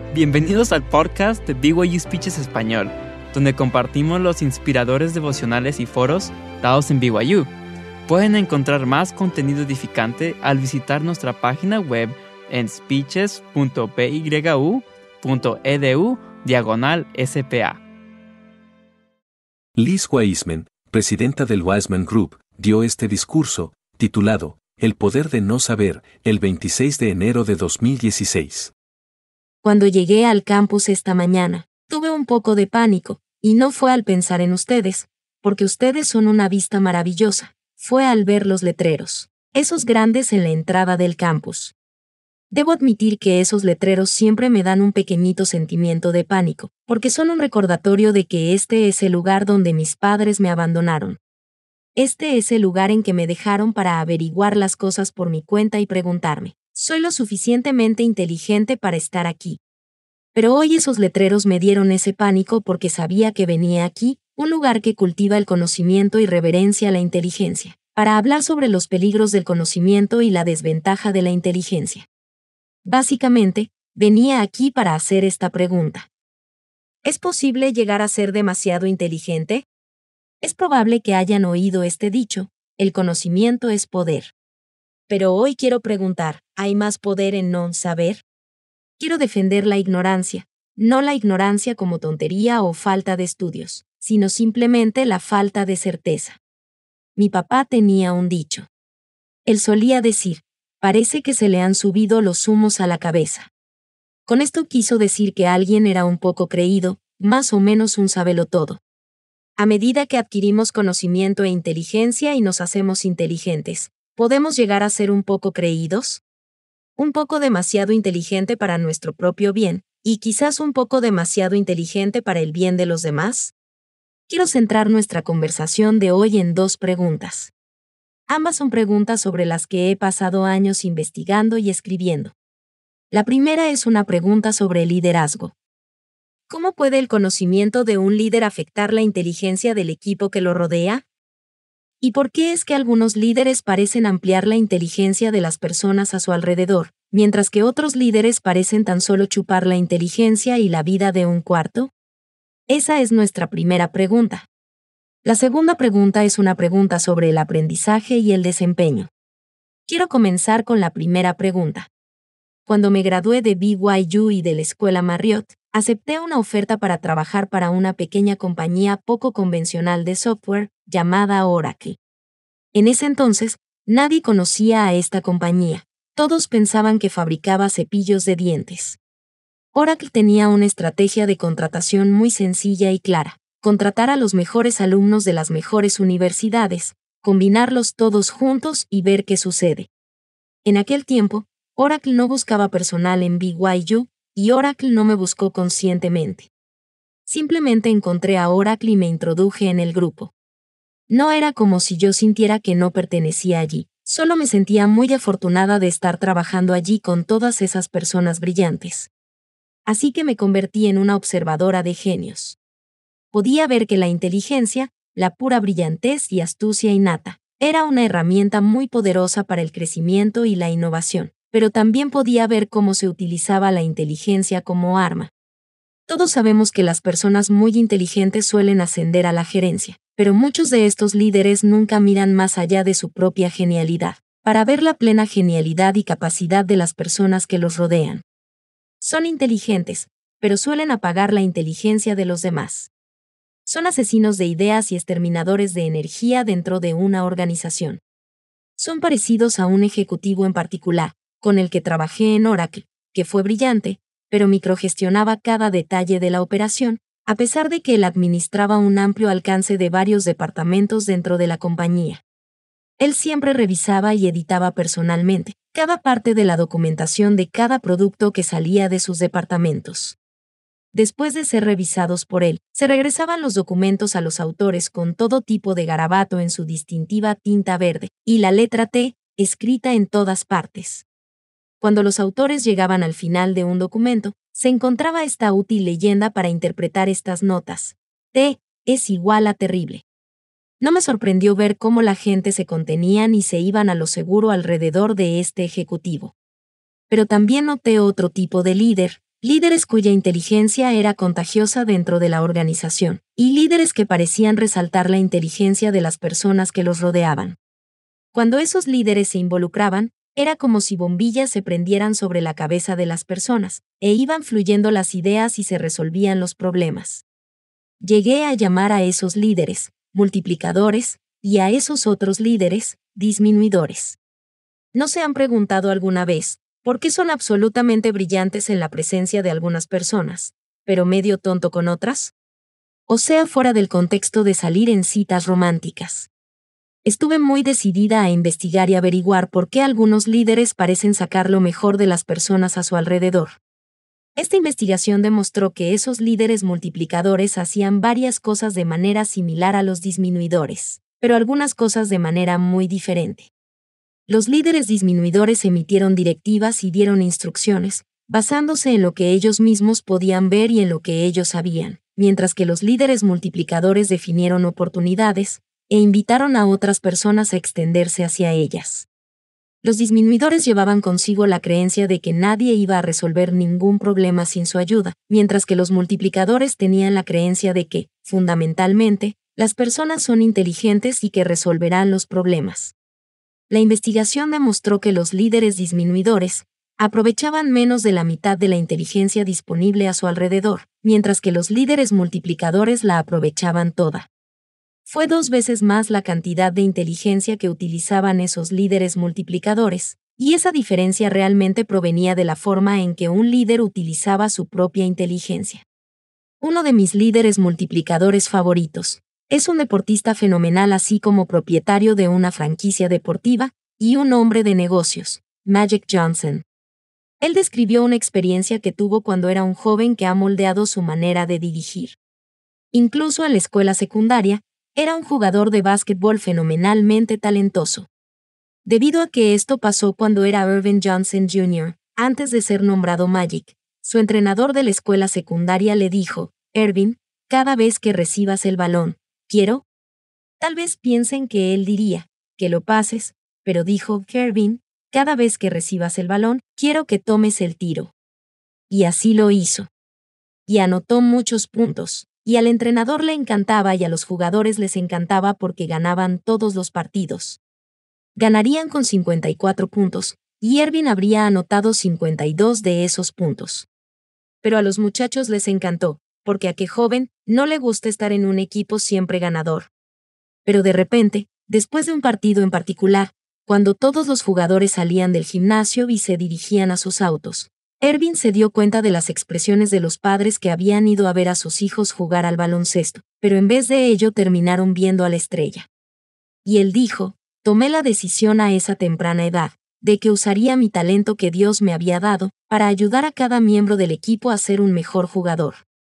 Bienvenidos al podcast de BYU Speeches Español, donde compartimos los inspiradores devocionales y foros dados en BYU. Pueden encontrar más contenido edificante al visitar nuestra página web en speeches.byu.edu/SPA. Liz Wiseman, presidenta del Wiseman Group, dio este discurso, titulado El poder de no saber, el 26 de enero de 2016. Cuando llegué al campus esta mañana, tuve un poco de pánico, y no fue al pensar en ustedes, porque ustedes son una vista maravillosa, fue al ver los letreros, esos grandes en la entrada del campus. Debo admitir que esos letreros siempre me dan un pequeñito sentimiento de pánico, porque son un recordatorio de que este es el lugar donde mis padres me abandonaron. Este es el lugar en que me dejaron para averiguar las cosas por mi cuenta y preguntarme, ¿soy lo suficientemente inteligente para estar aquí? Pero hoy esos letreros me dieron ese pánico porque sabía que venía aquí, un lugar que cultiva el conocimiento y reverencia la inteligencia, para hablar sobre los peligros del conocimiento y la desventaja de la inteligencia. Básicamente, venía aquí para hacer esta pregunta. ¿Es posible llegar a ser demasiado inteligente? Es probable que hayan oído este dicho, el conocimiento es poder. Pero hoy quiero preguntar, ¿hay más poder en no saber? Quiero defender la ignorancia, no la ignorancia como tontería o falta de estudios, sino simplemente la falta de certeza. Mi papá tenía un dicho. Él solía decir, parece que se le han subido los humos a la cabeza. Con esto quiso decir que alguien era un poco creído, más o menos un sabelotodo. A medida que adquirimos conocimiento e inteligencia y nos hacemos inteligentes, ¿podemos llegar a ser un poco creídos? Un poco demasiado inteligente para nuestro propio bien, y quizás un poco demasiado inteligente para el bien de los demás. Quiero centrar nuestra conversación de hoy en dos preguntas. Ambas son preguntas sobre las que he pasado años investigando y escribiendo. La primera es una pregunta sobre el liderazgo. ¿Cómo puede el conocimiento de un líder afectar la inteligencia del equipo que lo rodea? ¿Y por qué es que algunos líderes parecen ampliar la inteligencia de las personas a su alrededor, mientras que otros líderes parecen tan solo chupar la inteligencia y la vida de un cuarto? Esa es nuestra primera pregunta. La segunda pregunta es una pregunta sobre el aprendizaje y el desempeño. Quiero comenzar con la primera pregunta. Cuando me gradué de BYU y de la escuela Marriott, acepté una oferta para trabajar para una pequeña compañía poco convencional de software, llamada Oracle. En ese entonces, nadie conocía a esta compañía. Todos pensaban que fabricaba cepillos de dientes. Oracle tenía una estrategia de contratación muy sencilla y clara: contratar a los mejores alumnos de las mejores universidades, combinarlos todos juntos y ver qué sucede. En aquel tiempo, Oracle no buscaba personal en BYU, y Oracle no me buscó conscientemente. Simplemente encontré a Oracle y me introduje en el grupo. No era como si yo sintiera que no pertenecía allí, solo me sentía muy afortunada de estar trabajando allí con todas esas personas brillantes. Así que me convertí en una observadora de genios. Podía ver que la inteligencia, la pura brillantez y astucia innata, era una herramienta muy poderosa para el crecimiento y la innovación, pero también podía ver cómo se utilizaba la inteligencia como arma. Todos sabemos que las personas muy inteligentes suelen ascender a la gerencia, pero muchos de estos líderes nunca miran más allá de su propia genialidad, para ver la plena genialidad y capacidad de las personas que los rodean. Son inteligentes, pero suelen apagar la inteligencia de los demás. Son asesinos de ideas y exterminadores de energía dentro de una organización. Son parecidos a un ejecutivo en particular, con el que trabajé en Oracle, que fue brillante, pero microgestionaba cada detalle de la operación, a pesar de que él administraba un amplio alcance de varios departamentos dentro de la compañía. Él siempre revisaba y editaba personalmente cada parte de la documentación de cada producto que salía de sus departamentos. Después de ser revisados por él, se regresaban los documentos a los autores con todo tipo de garabato en su distintiva tinta verde, y la letra T, escrita en todas partes. Cuando los autores llegaban al final de un documento, se encontraba esta útil leyenda para interpretar estas notas. T es igual a terrible. No me sorprendió ver cómo la gente se contenían y se iban a lo seguro alrededor de este ejecutivo. Pero también noté otro tipo de líder, líderes cuya inteligencia era contagiosa dentro de la organización, y líderes que parecían resaltar la inteligencia de las personas que los rodeaban. Cuando esos líderes se involucraban, era como si bombillas se prendieran sobre la cabeza de las personas, e iban fluyendo las ideas y se resolvían los problemas. Llegué a llamar a esos líderes multiplicadores, y a esos otros líderes disminuidores. ¿No se han preguntado alguna vez por qué son absolutamente brillantes en la presencia de algunas personas, pero medio tonto con otras? O sea, fuera del contexto de salir en citas románticas. Estuve muy decidida a investigar y averiguar por qué algunos líderes parecen sacar lo mejor de las personas a su alrededor. Esta investigación demostró que esos líderes multiplicadores hacían varias cosas de manera similar a los disminuidores, pero algunas cosas de manera muy diferente. Los líderes disminuidores emitieron directivas y dieron instrucciones, basándose en lo que ellos mismos podían ver y en lo que ellos sabían, mientras que los líderes multiplicadores definieron oportunidades e invitaron a otras personas a extenderse hacia ellas. Los disminuidores llevaban consigo la creencia de que nadie iba a resolver ningún problema sin su ayuda, mientras que los multiplicadores tenían la creencia de que, fundamentalmente, las personas son inteligentes y que resolverán los problemas. La investigación demostró que los líderes disminuidores aprovechaban menos de la mitad de la inteligencia disponible a su alrededor, mientras que los líderes multiplicadores la aprovechaban toda. Fue 2 veces más la cantidad de inteligencia que utilizaban esos líderes multiplicadores, y esa diferencia realmente provenía de la forma en que un líder utilizaba su propia inteligencia. Uno de mis líderes multiplicadores favoritos es un deportista fenomenal así como propietario de una franquicia deportiva y un hombre de negocios, Magic Johnson. Él describió una experiencia que tuvo cuando era un joven que ha moldeado su manera de dirigir. Incluso en la escuela secundaria, era un jugador de básquetbol fenomenalmente talentoso. Debido a que esto pasó cuando era Irvin Johnson Jr., antes de ser nombrado Magic, su entrenador de la escuela secundaria le dijo: Irvin, cada vez que recibas el balón, quiero. Tal vez piensen que él diría, que lo pases, pero dijo: Irvin, cada vez que recibas el balón, quiero que tomes el tiro. Y así lo hizo. Y anotó muchos puntos. Y al entrenador le encantaba y a los jugadores les encantaba porque ganaban todos los partidos. Ganarían con 54 puntos, y Irvin habría anotado 52 de esos puntos. Pero a los muchachos les encantó, porque a qué joven no le gusta estar en un equipo siempre ganador. Pero de repente, después de un partido en particular, cuando todos los jugadores salían del gimnasio y se dirigían a sus autos, Irvin se dio cuenta de las expresiones de los padres que habían ido a ver a sus hijos jugar al baloncesto, pero en vez de ello terminaron viendo a la estrella. Y él dijo: tomé la decisión a esa temprana edad, de que usaría mi talento que Dios me había dado, para ayudar a cada miembro del equipo a ser un mejor jugador.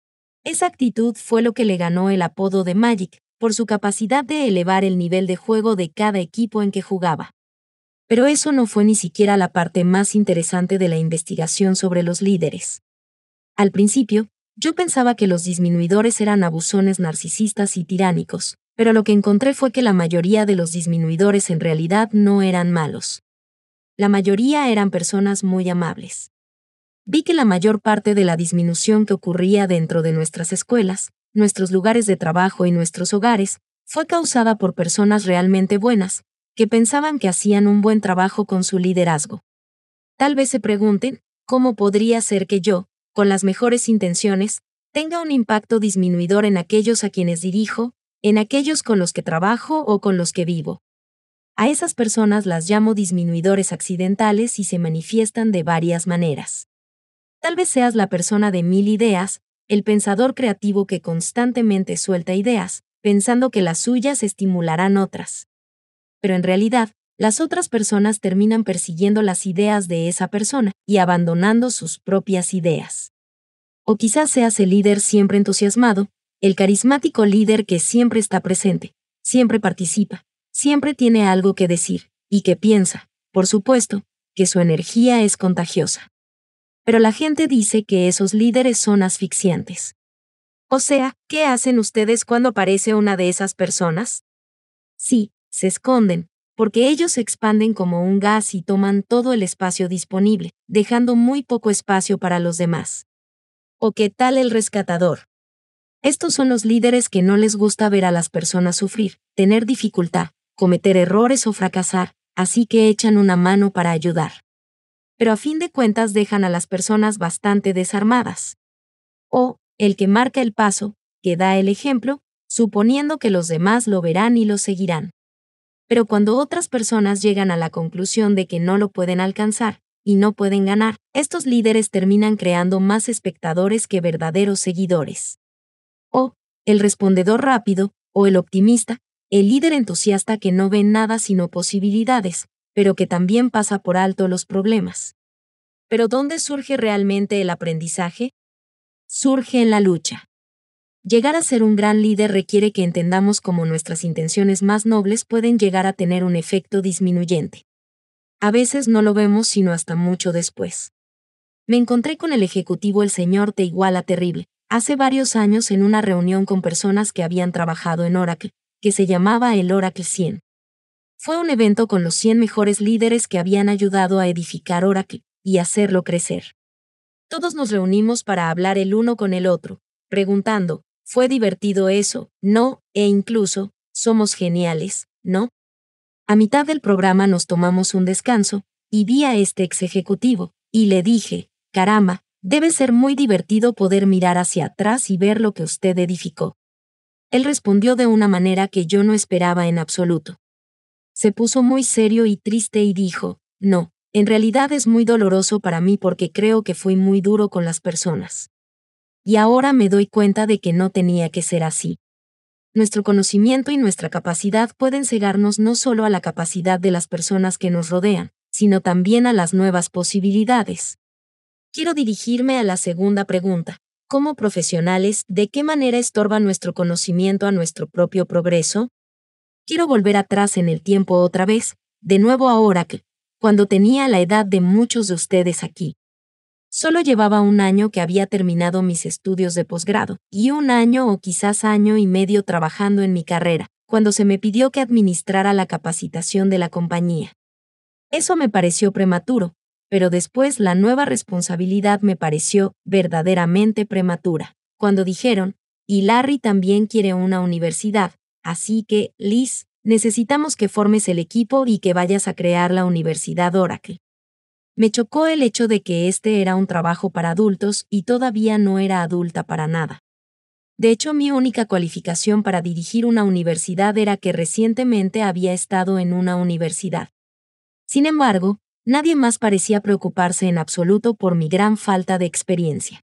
Esa actitud fue lo que le ganó el apodo de Magic, por su capacidad de elevar el nivel de juego de cada equipo en que jugaba. Pero eso no fue ni siquiera la parte más interesante de la investigación sobre los líderes. Al principio, yo pensaba que los disminuidores eran abusones narcisistas y tiránicos, pero lo que encontré fue que la mayoría de los disminuidores en realidad no eran malos. La mayoría eran personas muy amables. Vi que la mayor parte de la disminución que ocurría dentro de nuestras escuelas, nuestros lugares de trabajo y nuestros hogares, fue causada por personas realmente buenas, que pensaban que hacían un buen trabajo con su liderazgo. Tal vez se pregunten, ¿cómo podría ser que yo, con las mejores intenciones, tenga un impacto disminuidor en aquellos a quienes dirijo, en aquellos con los que trabajo o con los que vivo? A esas personas las llamo disminuidores accidentales y se manifiestan de varias maneras. Tal vez seas la persona de 1000 ideas, el pensador creativo que constantemente suelta ideas, pensando que las suyas estimularán otras. Pero en realidad, las otras personas terminan persiguiendo las ideas de esa persona y abandonando sus propias ideas. O quizás seas el líder siempre entusiasmado, el carismático líder que siempre está presente, siempre participa, siempre tiene algo que decir, y que piensa, por supuesto, que su energía es contagiosa. Pero la gente dice que esos líderes son asfixiantes. O sea, ¿qué hacen ustedes cuando aparece una de esas personas? Sí, se esconden, porque ellos se expanden como un gas y toman todo el espacio disponible, dejando muy poco espacio para los demás. ¿O qué tal el rescatador? Estos son los líderes que no les gusta ver a las personas sufrir, tener dificultad, cometer errores o fracasar, así que echan una mano para ayudar. Pero a fin de cuentas dejan a las personas bastante desarmadas. O, el que marca el paso, que da el ejemplo, suponiendo que los demás lo verán y lo seguirán. Pero cuando otras personas llegan a la conclusión de que no lo pueden alcanzar, y no pueden ganar, estos líderes terminan creando más espectadores que verdaderos seguidores. O, el respondedor rápido, o el optimista, el líder entusiasta que no ve nada sino posibilidades, pero que también pasa por alto los problemas. ¿Pero dónde surge realmente el aprendizaje? Surge en la lucha. Llegar a ser un gran líder requiere que entendamos cómo nuestras intenciones más nobles pueden llegar a tener un efecto disminuyente. A veces no lo vemos sino hasta mucho después. Me encontré con el ejecutivo el señor T igual a terrible, hace varios años en una reunión con personas que habían trabajado en Oracle, que se llamaba el Oracle 100. Fue un evento con los 100 mejores líderes que habían ayudado a edificar Oracle y hacerlo crecer. Todos nos reunimos para hablar el uno con el otro, preguntando, ¿fue divertido eso? No, e incluso, ¿somos geniales? ¿No? A mitad del programa nos tomamos un descanso, y vi a este ex ejecutivo, y le dije, caramba, debe ser muy divertido poder mirar hacia atrás y ver lo que usted edificó. Él respondió de una manera que yo no esperaba en absoluto. Se puso muy serio y triste y dijo, no, en realidad es muy doloroso para mí porque creo que fui muy duro con las personas. Y ahora me doy cuenta de que no tenía que ser así. Nuestro conocimiento y nuestra capacidad pueden cegarnos no solo a la capacidad de las personas que nos rodean, sino también a las nuevas posibilidades. Quiero dirigirme a la segunda pregunta. Como profesionales, ¿de qué manera estorba nuestro conocimiento a nuestro propio progreso? Quiero volver atrás en el tiempo otra vez, de nuevo a Oracle, cuando tenía la edad de muchos de ustedes aquí. Solo llevaba un año que había terminado mis estudios de posgrado, y un año o quizás año y medio trabajando en mi carrera, cuando se me pidió que administrara la capacitación de la compañía. Eso me pareció prematuro, pero después la nueva responsabilidad me pareció verdaderamente prematura. Cuando dijeron, y Larry también quiere una universidad, así que, Liz, necesitamos que formes el equipo y que vayas a crear la Universidad Oracle. Me chocó el hecho de que este era un trabajo para adultos y todavía no era adulta para nada. De hecho, mi única cualificación para dirigir una universidad era que recientemente había estado en una universidad. Sin embargo, nadie más parecía preocuparse en absoluto por mi gran falta de experiencia.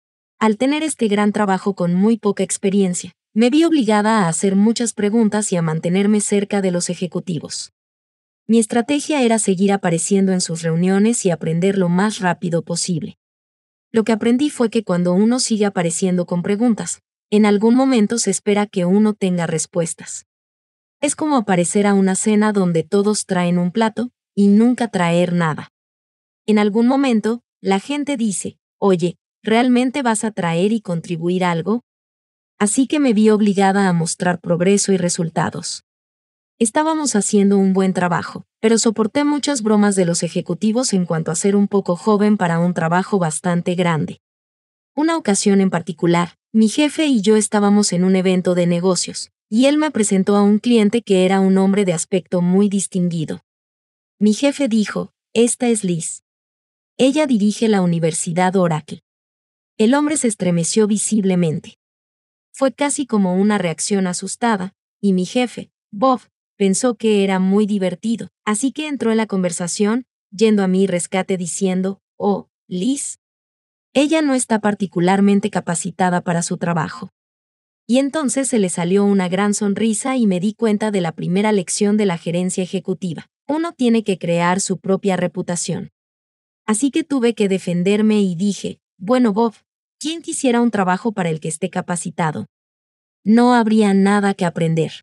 Al tener este gran trabajo con muy poca experiencia, me vi obligada a hacer muchas preguntas y a mantenerme cerca de los ejecutivos. Mi estrategia era seguir apareciendo en sus reuniones y aprender lo más rápido posible. Lo que aprendí fue que cuando uno sigue apareciendo con preguntas, en algún momento se espera que uno tenga respuestas. Es como aparecer a una cena donde todos traen un plato y nunca traer nada. En algún momento, la gente dice, oye, ¿realmente vas a traer y contribuir algo? Así que me vi obligada a mostrar progreso y resultados. Estábamos haciendo un buen trabajo, pero soporté muchas bromas de los ejecutivos en cuanto a ser un poco joven para un trabajo bastante grande. Una ocasión en particular, mi jefe y yo estábamos en un evento de negocios, y él me presentó a un cliente que era un hombre de aspecto muy distinguido. Mi jefe dijo, esta es Liz. Ella dirige la Universidad Oracle. El hombre se estremeció visiblemente. Fue casi como una reacción asustada, y mi jefe, Bob, pensó que era muy divertido, así que entró en la conversación, yendo a mi rescate diciendo, oh, Liz. Ella no está particularmente capacitada para su trabajo. Y entonces se le salió una gran sonrisa y me di cuenta de la primera lección de la gerencia ejecutiva. Uno tiene que crear su propia reputación. Así que tuve que defenderme y dije, bueno Bob, ¿quién quisiera un trabajo para el que esté capacitado? No habría nada que aprender.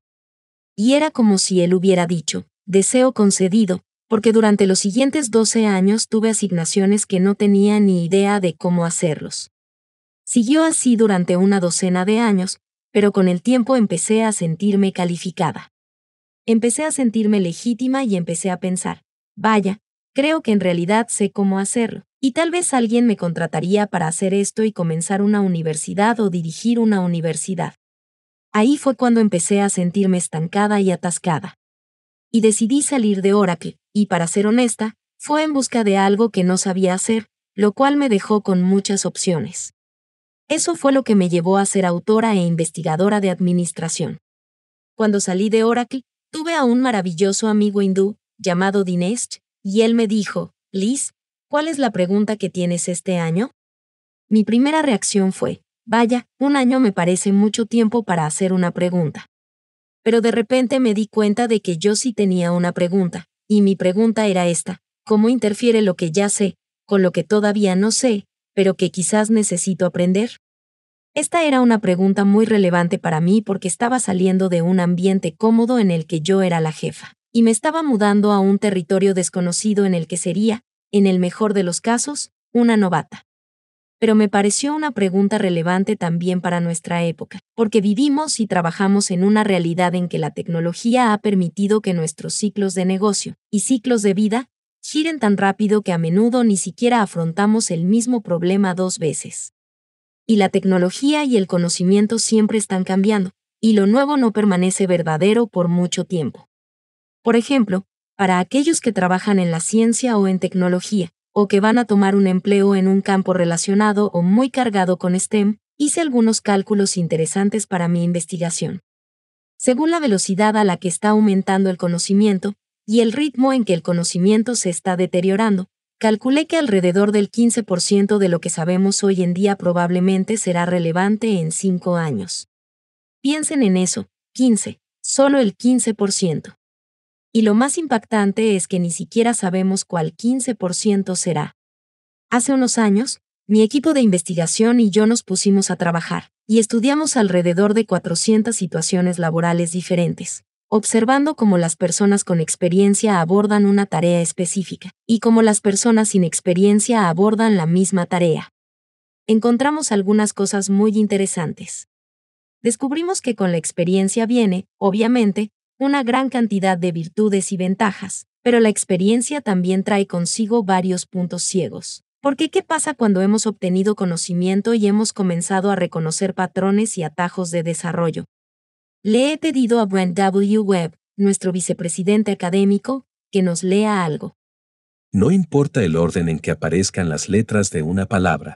Y era como si él hubiera dicho, deseo concedido, porque durante los siguientes 12 años tuve asignaciones que no tenía ni idea de cómo hacerlos. Siguió así durante una docena de años, pero con el tiempo empecé a sentirme calificada. Empecé a sentirme legítima y empecé a pensar, vaya, Creo que en realidad sé cómo hacerlo, y tal vez alguien me contrataría para hacer esto y comenzar una universidad o dirigir una universidad. Ahí fue cuando empecé a sentirme estancada y atascada. Y decidí salir de Oracle, y para ser honesta, fue en busca de algo que no sabía hacer, lo cual me dejó con muchas opciones. Eso fue lo que me llevó a ser autora e investigadora de administración. Cuando salí de Oracle, tuve a un maravilloso amigo hindú, llamado Dinesh, y él me dijo, Liz, ¿cuál es la pregunta que tienes este año? Mi primera reacción fue, vaya, un año me parece mucho tiempo para hacer una pregunta. Pero de repente me di cuenta de que yo sí tenía una pregunta, y mi pregunta era esta, ¿cómo interfiere lo que ya sé, con lo que todavía no sé, pero que quizás necesito aprender? Esta era una pregunta muy relevante para mí porque estaba saliendo de un ambiente cómodo en el que yo era la jefa, y me estaba mudando a un territorio desconocido en el que sería, en el mejor de los casos, una novata. Pero me pareció una pregunta relevante también para nuestra época, porque vivimos y trabajamos en una realidad en que la tecnología ha permitido que nuestros ciclos de negocio y ciclos de vida giren tan rápido que a menudo ni siquiera afrontamos el mismo problema dos veces. Y la tecnología y el conocimiento siempre están cambiando, y lo nuevo no permanece verdadero por mucho tiempo. Por ejemplo, para aquellos que trabajan en la ciencia o en tecnología, o que van a tomar un empleo en un campo relacionado o muy cargado con STEM, hice algunos cálculos interesantes para mi investigación. Según la velocidad a la que está aumentando el conocimiento, y el ritmo en que el conocimiento se está deteriorando, calculé que alrededor del 15% de lo que sabemos hoy en día probablemente será relevante en 5 años. Piensen en eso, 15, solo el 15%. Y lo más impactante es que ni siquiera sabemos cuál 15% será. Hace unos años, mi equipo de investigación y yo nos pusimos a trabajar, y estudiamos alrededor de 400 situaciones laborales diferentes, observando cómo las personas con experiencia abordan una tarea específica, y cómo las personas sin experiencia abordan la misma tarea. Encontramos algunas cosas muy interesantes. Descubrimos que con la experiencia viene, obviamente, una gran cantidad de virtudes y ventajas, pero la experiencia también trae consigo varios puntos ciegos. Porque ¿qué pasa cuando hemos obtenido conocimiento y hemos comenzado a reconocer patrones y atajos de desarrollo? Le he pedido a Brent W. Webb, nuestro vicepresidente académico, que nos lea algo. No importa el orden en que aparezcan las letras de una palabra.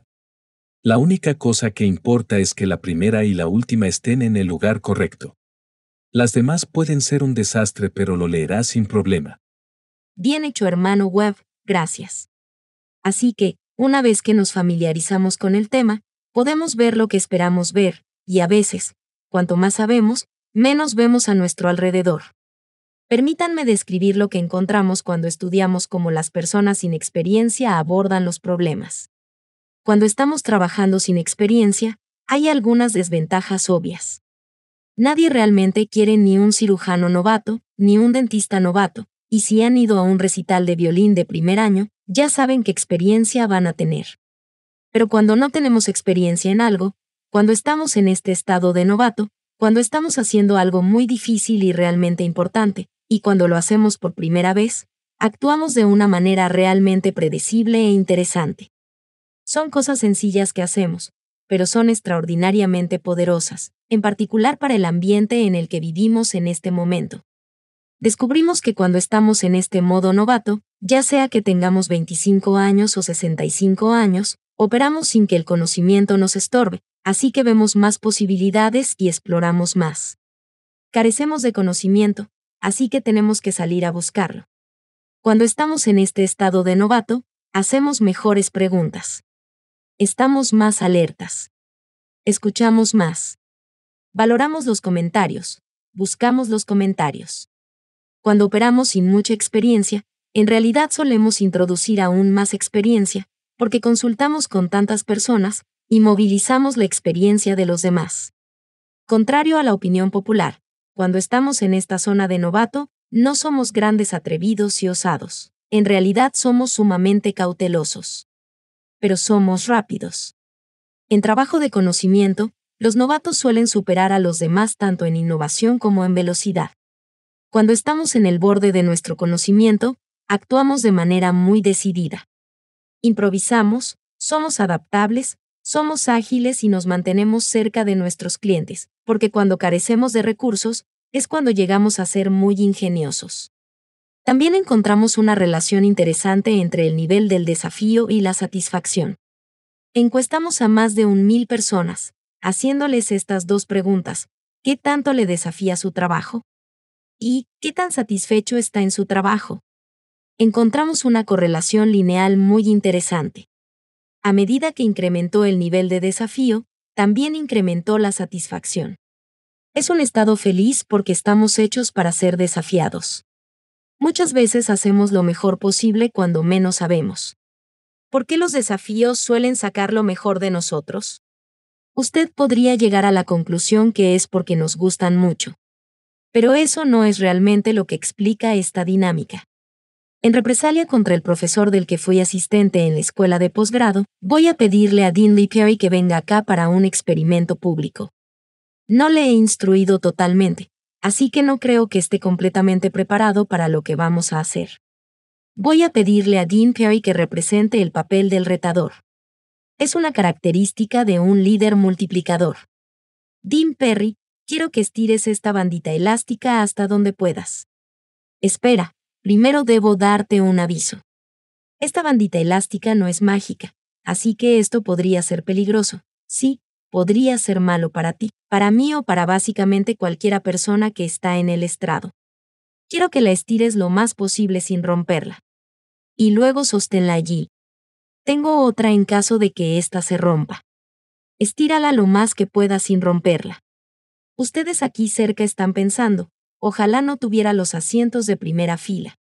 La única cosa que importa es que la primera y la última estén en el lugar correcto. Las demás pueden ser un desastre, pero lo leerás sin problema. Bien hecho, hermano Webb, gracias. Así que, una vez que nos familiarizamos con el tema, podemos ver lo que esperamos ver, y a veces, cuanto más sabemos, menos vemos a nuestro alrededor. Permítanme describir lo que encontramos cuando estudiamos cómo las personas sin experiencia abordan los problemas. Cuando estamos trabajando sin experiencia, hay algunas desventajas obvias. Nadie realmente quiere ni un cirujano novato, ni un dentista novato, y si han ido a un recital de violín de primer año, ya saben qué experiencia van a tener. Pero cuando no tenemos experiencia en algo, cuando estamos en este estado de novato, cuando estamos haciendo algo muy difícil y realmente importante, y cuando lo hacemos por primera vez, actuamos de una manera realmente predecible e interesante. Son cosas sencillas que hacemos, pero son extraordinariamente poderosas, en particular para el ambiente en el que vivimos en este momento. Descubrimos que cuando estamos en este modo novato, ya sea que tengamos 25 años o 65 años, operamos sin que el conocimiento nos estorbe, así que vemos más posibilidades y exploramos más. Carecemos de conocimiento, así que tenemos que salir a buscarlo. Cuando estamos en este estado de novato, hacemos mejores preguntas. Estamos más alertas. Escuchamos más. Valoramos los comentarios. Buscamos los comentarios. Cuando operamos sin mucha experiencia, en realidad solemos introducir aún más experiencia, porque consultamos con tantas personas y movilizamos la experiencia de los demás. Contrario a la opinión popular, cuando estamos en esta zona de novato, no somos grandes atrevidos y osados. En realidad somos sumamente cautelosos. Pero somos rápidos. En trabajo de conocimiento, los novatos suelen superar a los demás tanto en innovación como en velocidad. Cuando estamos en el borde de nuestro conocimiento, Actuamos de manera muy decidida. Improvisamos, somos adaptables, somos ágiles y nos mantenemos cerca de nuestros clientes, porque cuando carecemos de recursos, es cuando llegamos a ser muy ingeniosos. También encontramos una relación interesante entre el nivel del desafío y la satisfacción. Encuestamos a más de 1,000 personas, haciéndoles estas dos preguntas: ¿qué tanto le desafía su trabajo? ¿Y qué tan satisfecho está en su trabajo? Encontramos una correlación lineal muy interesante. A medida que incrementó el nivel de desafío, también incrementó la satisfacción. Es un estado feliz porque estamos hechos para ser desafiados. Muchas veces hacemos lo mejor posible cuando menos sabemos. ¿Por qué los desafíos suelen sacar lo mejor de nosotros? Usted podría llegar a la conclusión que es porque nos gustan mucho. Pero eso no es realmente lo que explica esta dinámica. En represalia contra el profesor del que fui asistente en la escuela de posgrado, voy a pedirle a Dean Lee Perry que venga acá para un experimento público. No le he instruido totalmente, así que no creo que esté completamente preparado para lo que vamos a hacer. Voy a pedirle a Dean Perry que represente el papel del retador. Es una característica de un líder multiplicador. Dean Perry, quiero que estires esta bandita elástica hasta donde puedas. Espera, primero debo darte un aviso. Esta bandita elástica no es mágica, así que esto podría ser peligroso. Sí, podría ser malo para ti, para mí o para básicamente cualquiera persona que está en el estrado. Quiero que la estires lo más posible sin romperla. Y luego sosténla allí. Tengo otra en caso de que ésta se rompa. Estírala lo más que puedas sin romperla. Ustedes aquí cerca están pensando, ojalá no tuviera los asientos de primera fila.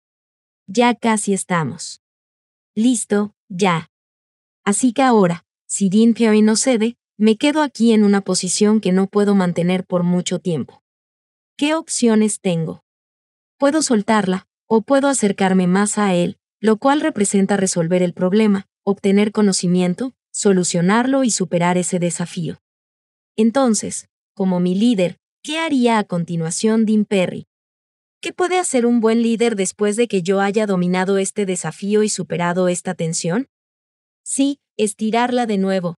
Ya casi estamos. Listo, ya. Así que ahora, si Dean Perry no cede, me quedo aquí en una posición que no puedo mantener por mucho tiempo. ¿Qué opciones tengo? Puedo soltarla, o puedo acercarme más a él, lo cual representa resolver el problema, obtener conocimiento, solucionarlo y superar ese desafío. Entonces, como mi líder, ¿qué haría a continuación Dean Perry? ¿Qué puede hacer un buen líder después de que yo haya dominado este desafío y superado esta tensión? Sí, estirarla de nuevo.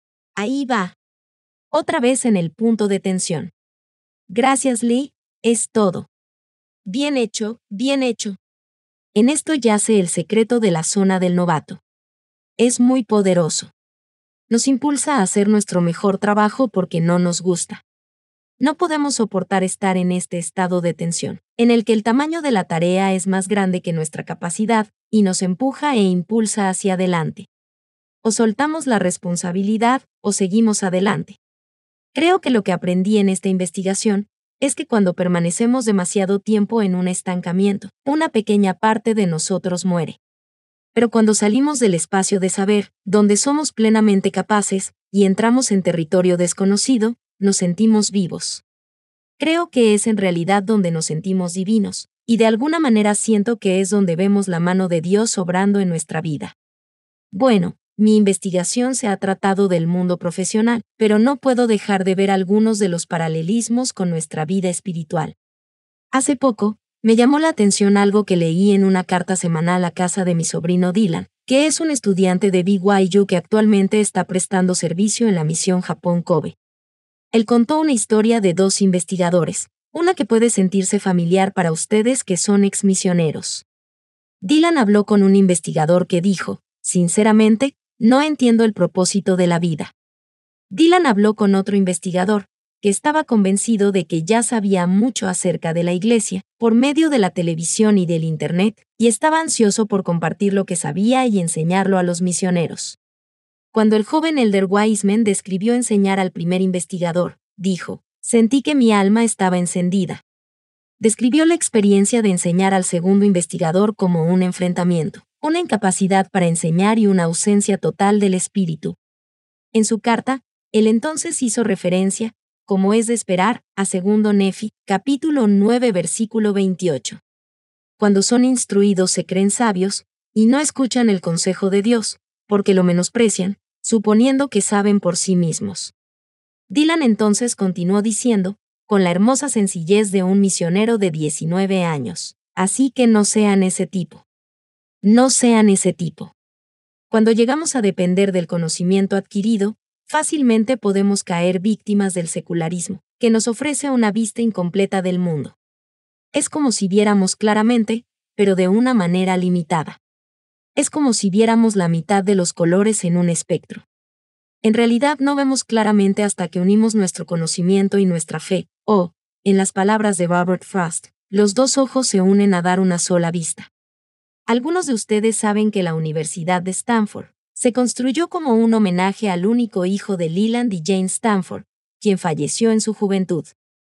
Ahí va. Otra vez en el punto de tensión. Gracias, Lee, es todo. Bien hecho, bien hecho. En esto yace el secreto de la zona del novato. Es muy poderoso. Nos impulsa a hacer nuestro mejor trabajo porque no nos gusta. No podemos soportar estar en este estado de tensión, en el que el tamaño de la tarea es más grande que nuestra capacidad, y nos empuja e impulsa hacia adelante. O soltamos la responsabilidad, o seguimos adelante. Creo que lo que aprendí en esta investigación es que cuando permanecemos demasiado tiempo en un estancamiento, una pequeña parte de nosotros muere. Pero cuando salimos del espacio de saber, donde somos plenamente capaces, y entramos en territorio desconocido, nos sentimos vivos. Creo que es en realidad donde nos sentimos divinos, y de alguna manera siento que es donde vemos la mano de Dios obrando en nuestra vida. Bueno, mi investigación se ha tratado del mundo profesional, pero no puedo dejar de ver algunos de los paralelismos con nuestra vida espiritual. Hace poco, me llamó la atención algo que leí en una carta semanal a casa de mi sobrino Dylan, que es un estudiante de BYU que actualmente está prestando servicio en la misión Japón Kobe. Él contó una historia de dos investigadores, una que puede sentirse familiar para ustedes que son exmisioneros. Dylan habló con un investigador que dijo, sinceramente, no entiendo el propósito de la vida. Dylan habló con otro investigador, que estaba convencido de que ya sabía mucho acerca de la iglesia, por medio de la televisión y del Internet, y estaba ansioso por compartir lo que sabía y enseñarlo a los misioneros. Cuando el joven Elder Wiseman describió enseñar al primer investigador, dijo, sentí que mi alma estaba encendida. Describió la experiencia de enseñar al segundo investigador como un enfrentamiento, una incapacidad para enseñar y una ausencia total del espíritu. En su carta, él entonces hizo referencia, como es de esperar, a 2 Nefi, capítulo 9, versículo 28. Cuando son instruidos se creen sabios, y no escuchan el consejo de Dios, porque lo menosprecian, suponiendo que saben por sí mismos. Dylan entonces continuó diciendo, con la hermosa sencillez de un misionero de 19 años, así que no sean ese tipo. No sean ese tipo. Cuando llegamos a depender del conocimiento adquirido, fácilmente podemos caer víctimas del secularismo, que nos ofrece una vista incompleta del mundo. Es como si viéramos claramente, pero de una manera limitada. Es como si viéramos la mitad de los colores en un espectro. En realidad no vemos claramente hasta que unimos nuestro conocimiento y nuestra fe, o, en las palabras de Robert Frost, los dos ojos se unen a dar una sola vista. Algunos de ustedes saben que la Universidad de Stanford se construyó como un homenaje al único hijo de Leland y Jane Stanford, quien falleció en su juventud.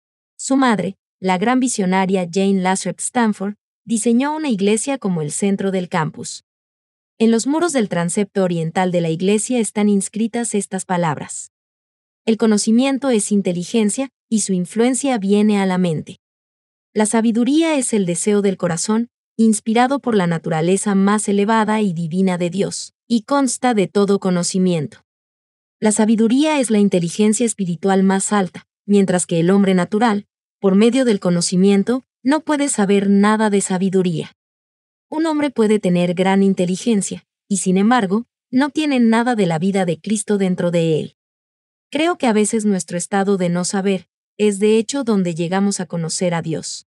Su madre, la gran visionaria Jane Lathrop Stanford, diseñó una iglesia como el centro del campus. En los muros del transepto oriental de la iglesia están inscritas estas palabras. El conocimiento es inteligencia y su influencia viene a la mente. La sabiduría es el deseo del corazón, inspirado por la naturaleza más elevada y divina de Dios, y consta de todo conocimiento. La sabiduría es la inteligencia espiritual más alta, mientras que el hombre natural, por medio del conocimiento, no puede saber nada de sabiduría. Un hombre puede tener gran inteligencia, y sin embargo, no tiene nada de la vida de Cristo dentro de él. Creo que a veces nuestro estado de no saber es de hecho donde llegamos a conocer a Dios.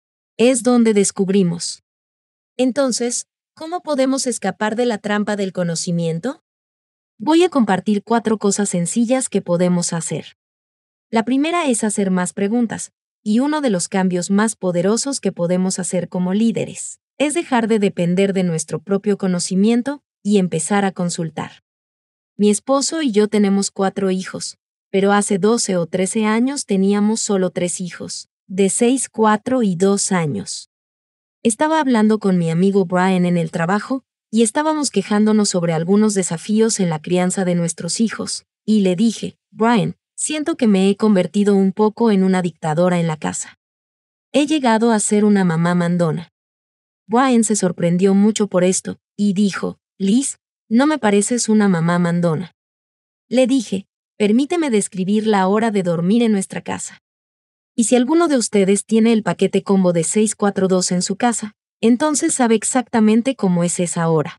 Es donde descubrimos. Entonces, ¿cómo podemos escapar de la trampa del conocimiento? Voy a compartir 4 cosas sencillas que podemos hacer. La primera es hacer más preguntas, y uno de los cambios más poderosos que podemos hacer como líderes es dejar de depender de nuestro propio conocimiento y empezar a consultar. Mi esposo y yo tenemos 4 hijos, pero hace 12 o 13 años teníamos solo 3 hijos, de 6, 4 y 2 años. Estaba hablando con mi amigo Brian en el trabajo, y estábamos quejándonos sobre algunos desafíos en la crianza de nuestros hijos, y le dije, Brian, siento que me he convertido un poco en una dictadora en la casa. He llegado a ser una mamá mandona. Brian se sorprendió mucho por esto, y dijo, Liz, no me pareces una mamá mandona. Le dije, permíteme describir la hora de dormir en nuestra casa. Y si alguno de ustedes tiene el paquete combo de 642 en su casa, entonces sabe exactamente cómo es esa hora.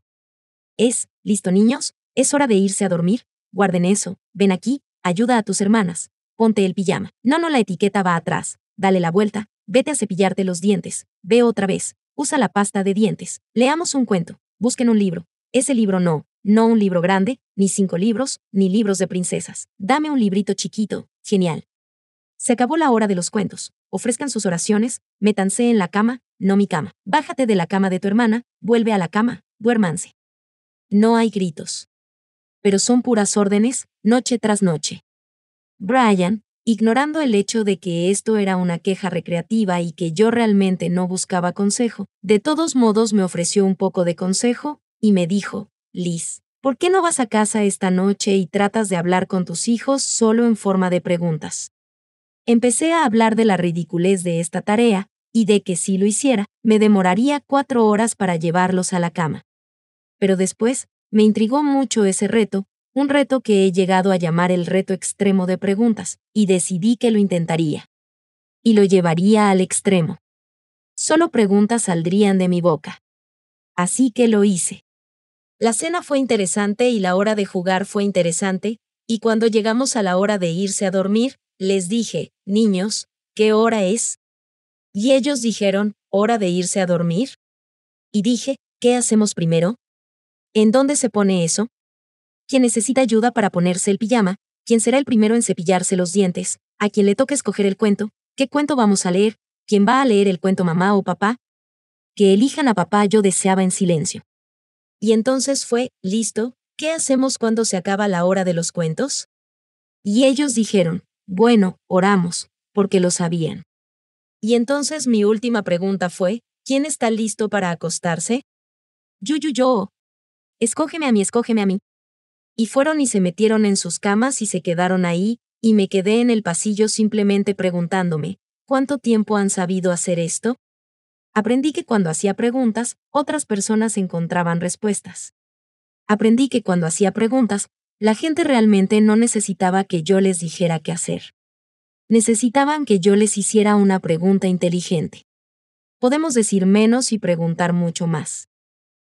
¿Listo niños? Es hora de irse a dormir, guarden eso, ven aquí, ayuda a tus hermanas, ponte el pijama. No, la etiqueta va atrás, dale la vuelta, vete a cepillarte los dientes, ve otra vez, usa la pasta de dientes, leamos un cuento, busquen un libro. Ese libro no un libro grande, ni 5 libros, ni libros de princesas. Dame un librito chiquito, genial. Se acabó la hora de los cuentos. Ofrezcan sus oraciones, métanse en la cama, no mi cama. Bájate de la cama de tu hermana, vuelve a la cama, duérmanse. No hay gritos. Pero son puras órdenes, noche tras noche. Brian, ignorando el hecho de que esto era una queja recreativa y que yo realmente no buscaba consejo, de todos modos me ofreció un poco de consejo, y me dijo, Liz, ¿por qué no vas a casa esta noche y tratas de hablar con tus hijos solo en forma de preguntas? Empecé a hablar de la ridiculez de esta tarea, y de que si lo hiciera, me demoraría 4 horas para llevarlos a la cama. Pero después, me intrigó mucho ese reto, un reto que he llegado a llamar el reto extremo de preguntas, y decidí que lo intentaría. Y lo llevaría al extremo. Solo preguntas saldrían de mi boca. Así que lo hice. La cena fue interesante y la hora de jugar fue interesante, y cuando llegamos a la hora de irse a dormir, les dije, niños, ¿qué hora es? Y ellos dijeron, ¿hora de irse a dormir? Y dije, ¿qué hacemos primero? ¿En dónde se pone eso? ¿Quién necesita ayuda para ponerse el pijama? ¿Quién será el primero en cepillarse los dientes? ¿A quién le toca escoger el cuento? ¿Qué cuento vamos a leer? ¿Quién va a leer el cuento, mamá o papá? Que elijan a papá, yo deseaba en silencio. Y entonces fue, listo, ¿qué hacemos cuando se acaba la hora de los cuentos? Y ellos dijeron, bueno, oramos, porque lo sabían. Y entonces mi última pregunta fue, ¿quién está listo para acostarse? Yo. Escógeme a mí. Y fueron y se metieron en sus camas y se quedaron ahí, y me quedé en el pasillo simplemente preguntándome, ¿cuánto tiempo han sabido hacer esto? Aprendí que cuando hacía preguntas, otras personas encontraban respuestas. Aprendí que cuando hacía preguntas, la gente realmente no necesitaba que yo les dijera qué hacer. Necesitaban que yo les hiciera una pregunta inteligente. Podemos decir menos y preguntar mucho más.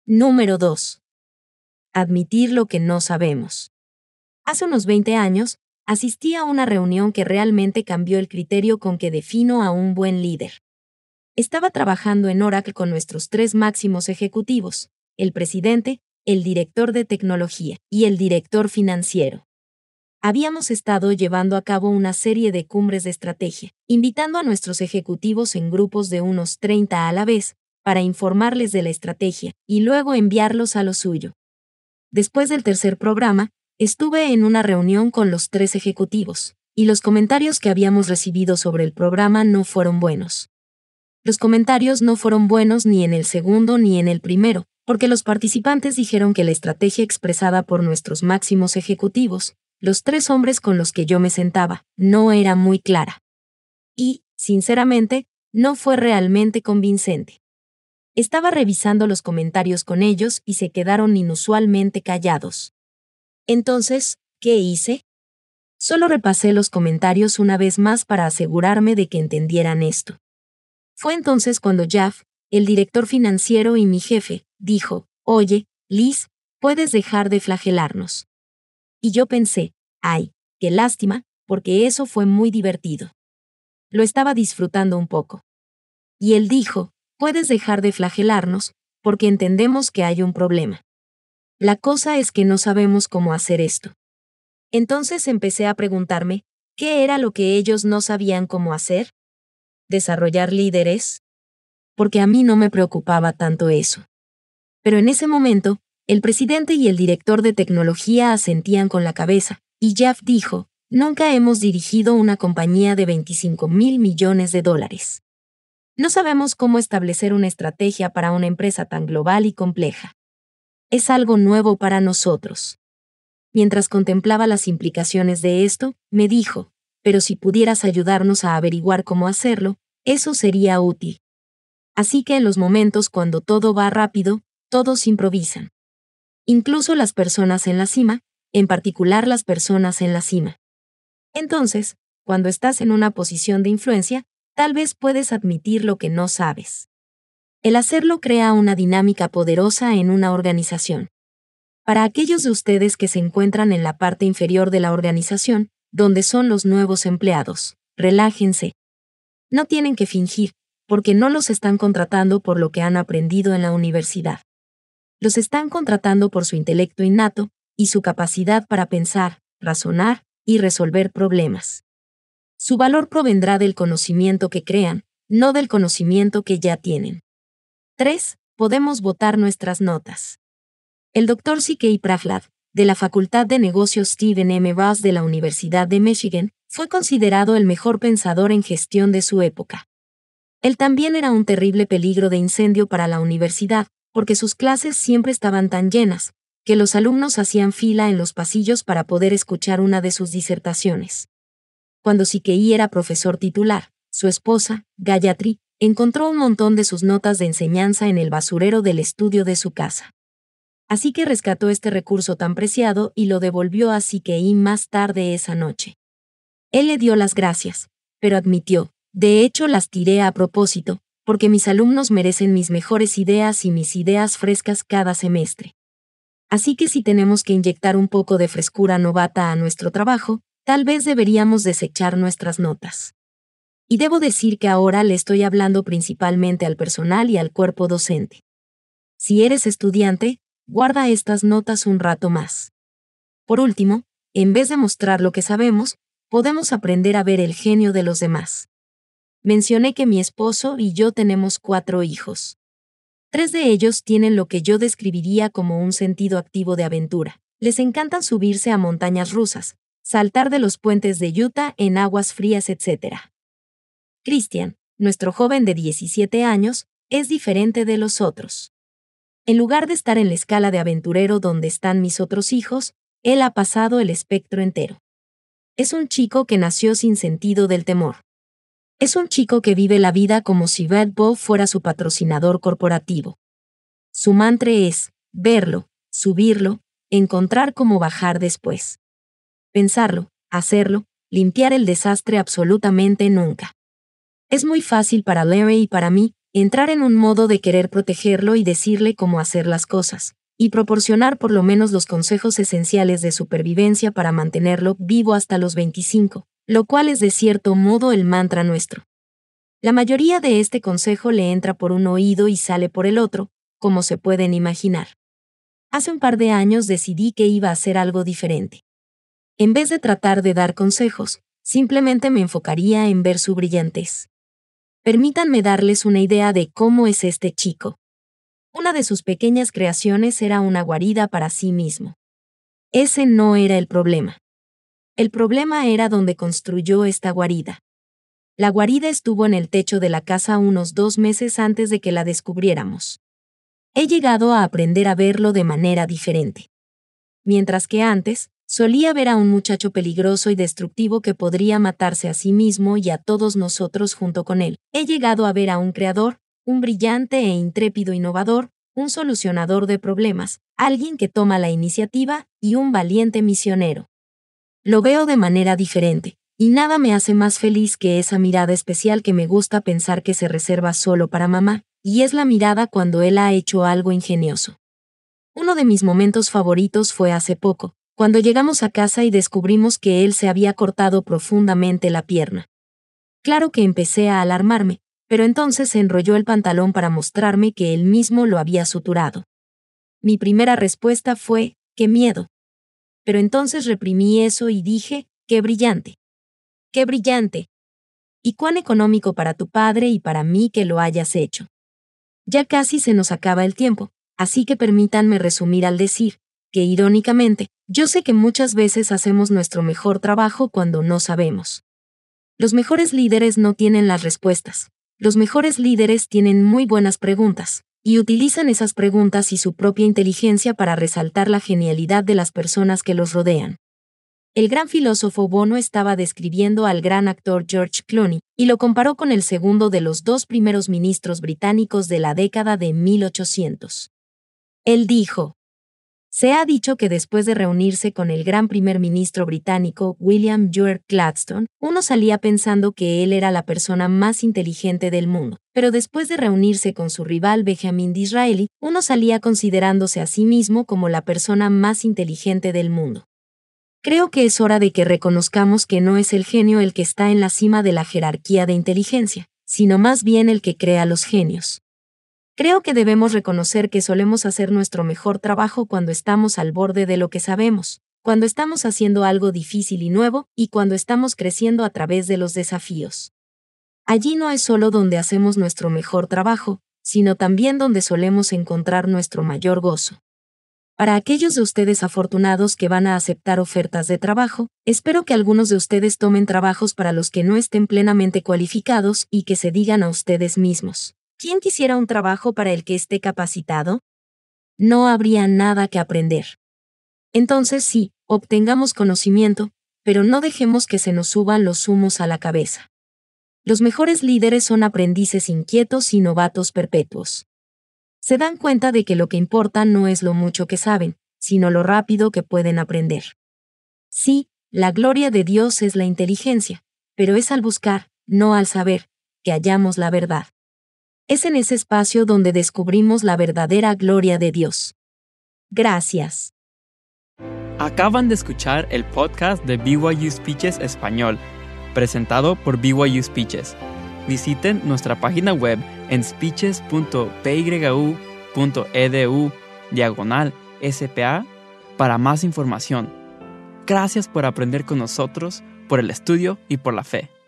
Número 2. Admitir lo que no sabemos. Hace unos 20 años, asistí a una reunión que realmente cambió el criterio con que defino a un buen líder. Estaba trabajando en Oracle con nuestros 3 máximos ejecutivos, el presidente, el director de tecnología y el director financiero. Habíamos estado llevando a cabo una serie de cumbres de estrategia, invitando a nuestros ejecutivos en grupos de unos 30 a la vez, para informarles de la estrategia y luego enviarlos a lo suyo. Después del tercer programa, estuve en una reunión con los 3 ejecutivos, y los comentarios que habíamos recibido sobre el programa no fueron buenos. Los comentarios no fueron buenos ni en el segundo ni en el primero, porque los participantes dijeron que la estrategia expresada por nuestros máximos ejecutivos, los 3 hombres con los que yo me sentaba, no era muy clara. Y, sinceramente, no fue realmente convincente. Estaba revisando los comentarios con ellos y se quedaron inusualmente callados. Entonces, ¿qué hice? Solo repasé los comentarios una vez más para asegurarme de que entendieran esto. Fue entonces cuando Jeff, el director financiero y mi jefe, dijo, «Oye, Liz, puedes dejar de flagelarnos». Y yo pensé, «Ay, qué lástima, porque eso fue muy divertido». Lo estaba disfrutando un poco. Y él dijo, «Puedes dejar de flagelarnos, porque entendemos que hay un problema. La cosa es que no sabemos cómo hacer esto». Entonces empecé a preguntarme, ¿qué era lo que ellos no sabían cómo hacer? ¿Desarrollar líderes? Porque a mí no me preocupaba tanto eso. Pero en ese momento, el presidente y el director de tecnología asentían con la cabeza, y Jeff dijo, «Nunca hemos dirigido una compañía de $25,000 millones. No sabemos cómo establecer una estrategia para una empresa tan global y compleja. Es algo nuevo para nosotros». Mientras contemplaba las implicaciones de esto, me dijo, «Pero si pudieras ayudarnos a averiguar cómo hacerlo, eso sería útil». Así que en los momentos cuando todo va rápido, todos improvisan. Incluso las personas en la cima, en particular las personas en la cima. Entonces, cuando estás en una posición de influencia, tal vez puedes admitir lo que no sabes. El hacerlo crea una dinámica poderosa en una organización. Para aquellos de ustedes que se encuentran en la parte inferior de la organización, donde son los nuevos empleados, relájense. No tienen que fingir, porque no los están contratando por lo que han aprendido en la universidad. Los están contratando por su intelecto innato y su capacidad para pensar, razonar y resolver problemas. Su valor provendrá del conocimiento que crean, no del conocimiento que ya tienen. 3. Podemos votar nuestras notas. El Dr. C.K. Prahlad, de la Facultad de Negocios Stephen M. Ross de la Universidad de Michigan, fue considerado el mejor pensador en gestión de su época. Él también era un terrible peligro de incendio para la universidad, porque sus clases siempre estaban tan llenas, que los alumnos hacían fila en los pasillos para poder escuchar una de sus disertaciones. Cuando C.K. era profesor titular, su esposa, Gayatri, encontró un montón de sus notas de enseñanza en el basurero del estudio de su casa. Así que rescató este recurso tan preciado y lo devolvió a C.K. más tarde esa noche. Él le dio las gracias, pero admitió, «De hecho las tiré a propósito, porque mis alumnos merecen mis mejores ideas y mis ideas frescas cada semestre. Así que si tenemos que inyectar un poco de frescura novata a nuestro trabajo, tal vez deberíamos desechar nuestras notas». Y debo decir que ahora le estoy hablando principalmente al personal y al cuerpo docente. Si eres estudiante, guarda estas notas un rato más. Por último, en vez de mostrar lo que sabemos, podemos aprender a ver el genio de los demás. Mencioné que mi esposo y yo tenemos 4 hijos. 3 de ellos tienen lo que yo describiría como un sentido activo de aventura. Les encanta subirse a montañas rusas, saltar de los puentes de Utah en aguas frías, etc. Christian, nuestro joven de 17 años, es diferente de los otros. En lugar de estar en la escala de aventurero donde están mis otros hijos, él ha pasado el espectro entero. Es un chico que nació sin sentido del temor. Es un chico que vive la vida como si Red Bull fuera su patrocinador corporativo. Su mantra es verlo, subirlo, encontrar cómo bajar después. Pensarlo, hacerlo, limpiar el desastre absolutamente nunca. Es muy fácil para Larry y para mí, entrar en un modo de querer protegerlo y decirle cómo hacer las cosas, y proporcionar por lo menos los consejos esenciales de supervivencia para mantenerlo vivo hasta los 25, lo cual es de cierto modo el mantra nuestro. La mayoría de este consejo le entra por un oído y sale por el otro, como se pueden imaginar. Hace un par de años decidí que iba a hacer algo diferente. En vez de tratar de dar consejos, simplemente me enfocaría en ver su brillantez. Permítanme darles una idea de cómo es este chico. Una de sus pequeñas creaciones era una guarida para sí mismo. Ese no era el problema. El problema era donde construyó esta guarida. La guarida estuvo en el techo de la casa unos 2 meses antes de que la descubriéramos. He llegado a aprender a verlo de manera diferente. Mientras que antes, solía ver a un muchacho peligroso y destructivo que podría matarse a sí mismo y a todos nosotros junto con él, he llegado a ver a un creador, un brillante e intrépido innovador, un solucionador de problemas, alguien que toma la iniciativa y un valiente misionero. Lo veo de manera diferente. Y nada me hace más feliz que esa mirada especial que me gusta pensar que se reserva solo para mamá, y es la mirada cuando él ha hecho algo ingenioso. Uno de mis momentos favoritos fue hace poco, cuando llegamos a casa y descubrimos que él se había cortado profundamente la pierna. Claro que empecé a alarmarme, pero entonces se enrolló el pantalón para mostrarme que él mismo lo había suturado. Mi primera respuesta fue, ¡qué miedo! Pero entonces reprimí eso y dije, ¡qué brillante! ¡Qué brillante! Y cuán económico para tu padre y para mí que lo hayas hecho. Ya casi se nos acaba el tiempo, así que permítanme resumir al decir, que irónicamente, yo sé que muchas veces hacemos nuestro mejor trabajo cuando no sabemos. Los mejores líderes no tienen las respuestas. Los mejores líderes tienen muy buenas preguntas, y utilizan esas preguntas y su propia inteligencia para resaltar la genialidad de las personas que los rodean. El gran filósofo Bono estaba describiendo al gran actor George Clooney, y lo comparó con el segundo de los 2 primeros ministros británicos de la década de 1800. Él dijo: se ha dicho que después de reunirse con el gran primer ministro británico William Ewart Gladstone, uno salía pensando que él era la persona más inteligente del mundo, pero después de reunirse con su rival Benjamin Disraeli, uno salía considerándose a sí mismo como la persona más inteligente del mundo. Creo que es hora de que reconozcamos que no es el genio el que está en la cima de la jerarquía de inteligencia, sino más bien el que crea los genios. Creo que debemos reconocer que solemos hacer nuestro mejor trabajo cuando estamos al borde de lo que sabemos, cuando estamos haciendo algo difícil y nuevo, y cuando estamos creciendo a través de los desafíos. Allí no es solo donde hacemos nuestro mejor trabajo, sino también donde solemos encontrar nuestro mayor gozo. Para aquellos de ustedes afortunados que van a aceptar ofertas de trabajo, espero que algunos de ustedes tomen trabajos para los que no estén plenamente cualificados y que se digan a ustedes mismos: ¿quién quisiera un trabajo para el que esté capacitado? No habría nada que aprender. Entonces sí, obtengamos conocimiento, pero no dejemos que se nos suban los humos a la cabeza. Los mejores líderes son aprendices inquietos y novatos perpetuos. Se dan cuenta de que lo que importa no es lo mucho que saben, sino lo rápido que pueden aprender. Sí, la gloria de Dios es la inteligencia, pero es al buscar, no al saber, que hallamos la verdad. Es en ese espacio donde descubrimos la verdadera gloria de Dios. Gracias. Acaban de escuchar el podcast de BYU Speeches Español, presentado por BYU Speeches. Visiten nuestra página web en speeches.pyu.edu/SPA para más información. Gracias por aprender con nosotros, por el estudio y por la fe.